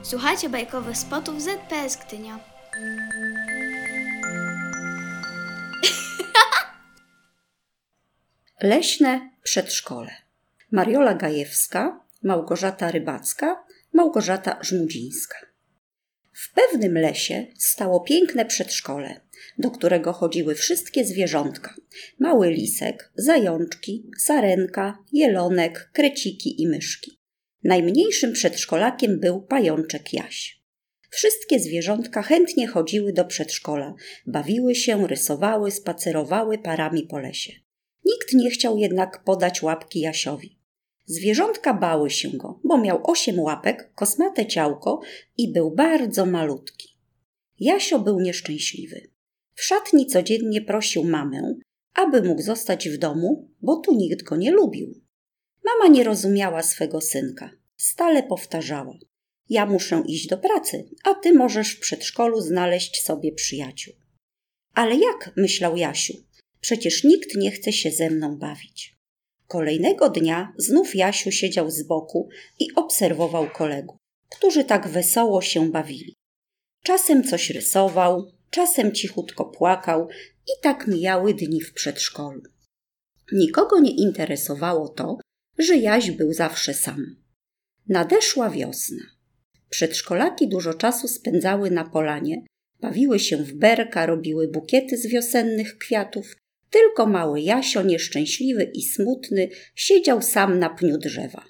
Słuchajcie bajkowych spotów ZPS Gdynia. Leśne przedszkole. Mariola Gajewska, Małgorzata Rybacka, Małgorzata Żmudzińska. W pewnym lesie stało piękne przedszkole, do którego chodziły wszystkie zwierzątka. Mały lisek, zajączki, sarenka, jelonek, kreciki i myszki. Najmniejszym przedszkolakiem był pajączek Jaś. Wszystkie zwierzątka chętnie chodziły do przedszkola, bawiły się, rysowały, spacerowały parami po lesie. Nikt nie chciał jednak podać łapki Jasiowi. Zwierzątka bały się go, bo miał 8 łapek, kosmate ciałko i był bardzo malutki. Jasio był nieszczęśliwy. W szatni codziennie prosił mamę, aby mógł zostać w domu, bo tu nikt go nie lubił. Mama nie rozumiała swego synka. Stale powtarzała: ja muszę iść do pracy, a ty możesz w przedszkolu znaleźć sobie przyjaciół. Ale jak, myślał Jasiu, przecież nikt nie chce się ze mną bawić. Kolejnego dnia znów Jasiu siedział z boku i obserwował kolegów, którzy tak wesoło się bawili. Czasem coś rysował, czasem cichutko płakał i tak mijały dni w przedszkolu. Nikogo nie interesowało to, że Jaś był zawsze sam. Nadeszła wiosna. Przedszkolaki dużo czasu spędzały na polanie, bawiły się w berka, robiły bukiety z wiosennych kwiatów. Tylko mały Jasio, nieszczęśliwy i smutny, siedział sam na pniu drzewa.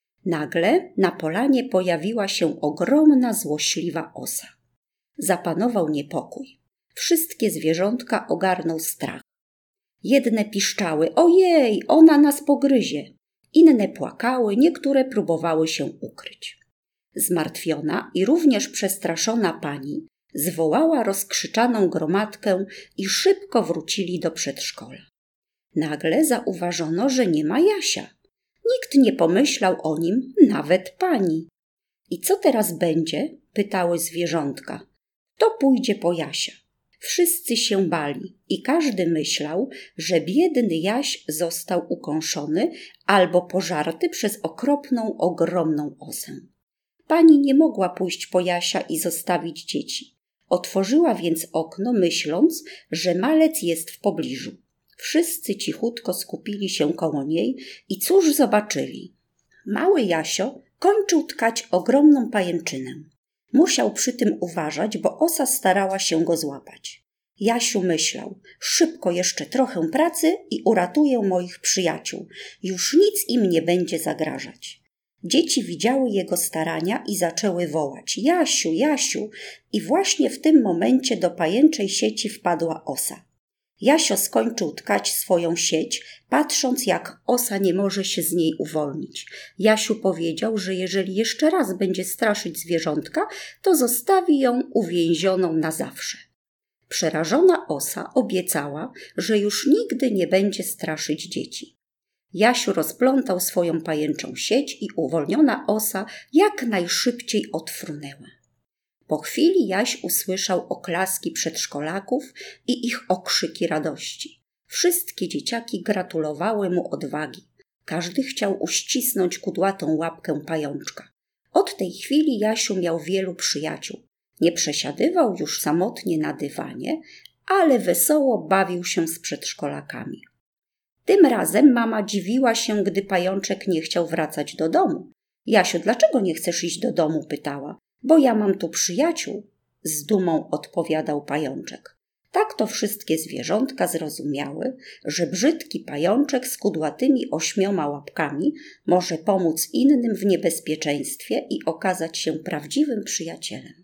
Nagle na polanie pojawiła się ogromna, złośliwa osa. Zapanował niepokój. Wszystkie zwierzątka ogarnął strach. Jedne piszczały: ojej, ona nas pogryzie. Inne płakały, niektóre próbowały się ukryć. Zmartwiona i również przestraszona pani zwołała rozkrzyczaną gromadkę i szybko wrócili do przedszkola. Nagle zauważono, że nie ma Jasia. Nikt nie pomyślał o nim, nawet pani. I co teraz będzie? Pytały zwierzątka. Kto pójdzie po Jasia? Wszyscy się bali i każdy myślał, że biedny Jaś został ukąszony albo pożarty przez okropną, ogromną osę. Pani nie mogła pójść po Jasia i zostawić dzieci. Otworzyła więc okno, myśląc, że malec jest w pobliżu. Wszyscy cichutko skupili się koło niej i cóż zobaczyli? Mały Jasio kończył tkać ogromną pajęczynę. Musiał przy tym uważać, bo osa starała się go złapać. Jasiu myślał: szybko jeszcze trochę pracy i uratuję moich przyjaciół. Już nic im nie będzie zagrażać. Dzieci widziały jego starania i zaczęły wołać: Jasiu, Jasiu! I właśnie w tym momencie do pajęczej sieci wpadła osa. Jasio skończył tkać swoją sieć, patrząc, jak osa nie może się z niej uwolnić. Jasiu powiedział, że jeżeli jeszcze raz będzie straszyć zwierzątka, to zostawi ją uwięzioną na zawsze. Przerażona osa obiecała, że już nigdy nie będzie straszyć dzieci. Jasiu rozplątał swoją pajęczą sieć i uwolniona osa jak najszybciej odfrunęła. Po chwili Jaś usłyszał oklaski przedszkolaków i ich okrzyki radości. Wszystkie dzieciaki gratulowały mu odwagi. Każdy chciał uścisnąć kudłatą łapkę pajączka. Od tej chwili Jasiu miał wielu przyjaciół. Nie przesiadywał już samotnie na dywanie, ale wesoło bawił się z przedszkolakami. Tym razem mama dziwiła się, gdy pajączek nie chciał wracać do domu. Jasiu, dlaczego nie chcesz iść do domu? Pytała. Bo ja mam tu przyjaciół, z dumą odpowiadał pajączek. Tak to wszystkie zwierzątka zrozumiały, że brzydki pajączek z kudłatymi 8 łapkami może pomóc innym w niebezpieczeństwie i okazać się prawdziwym przyjacielem.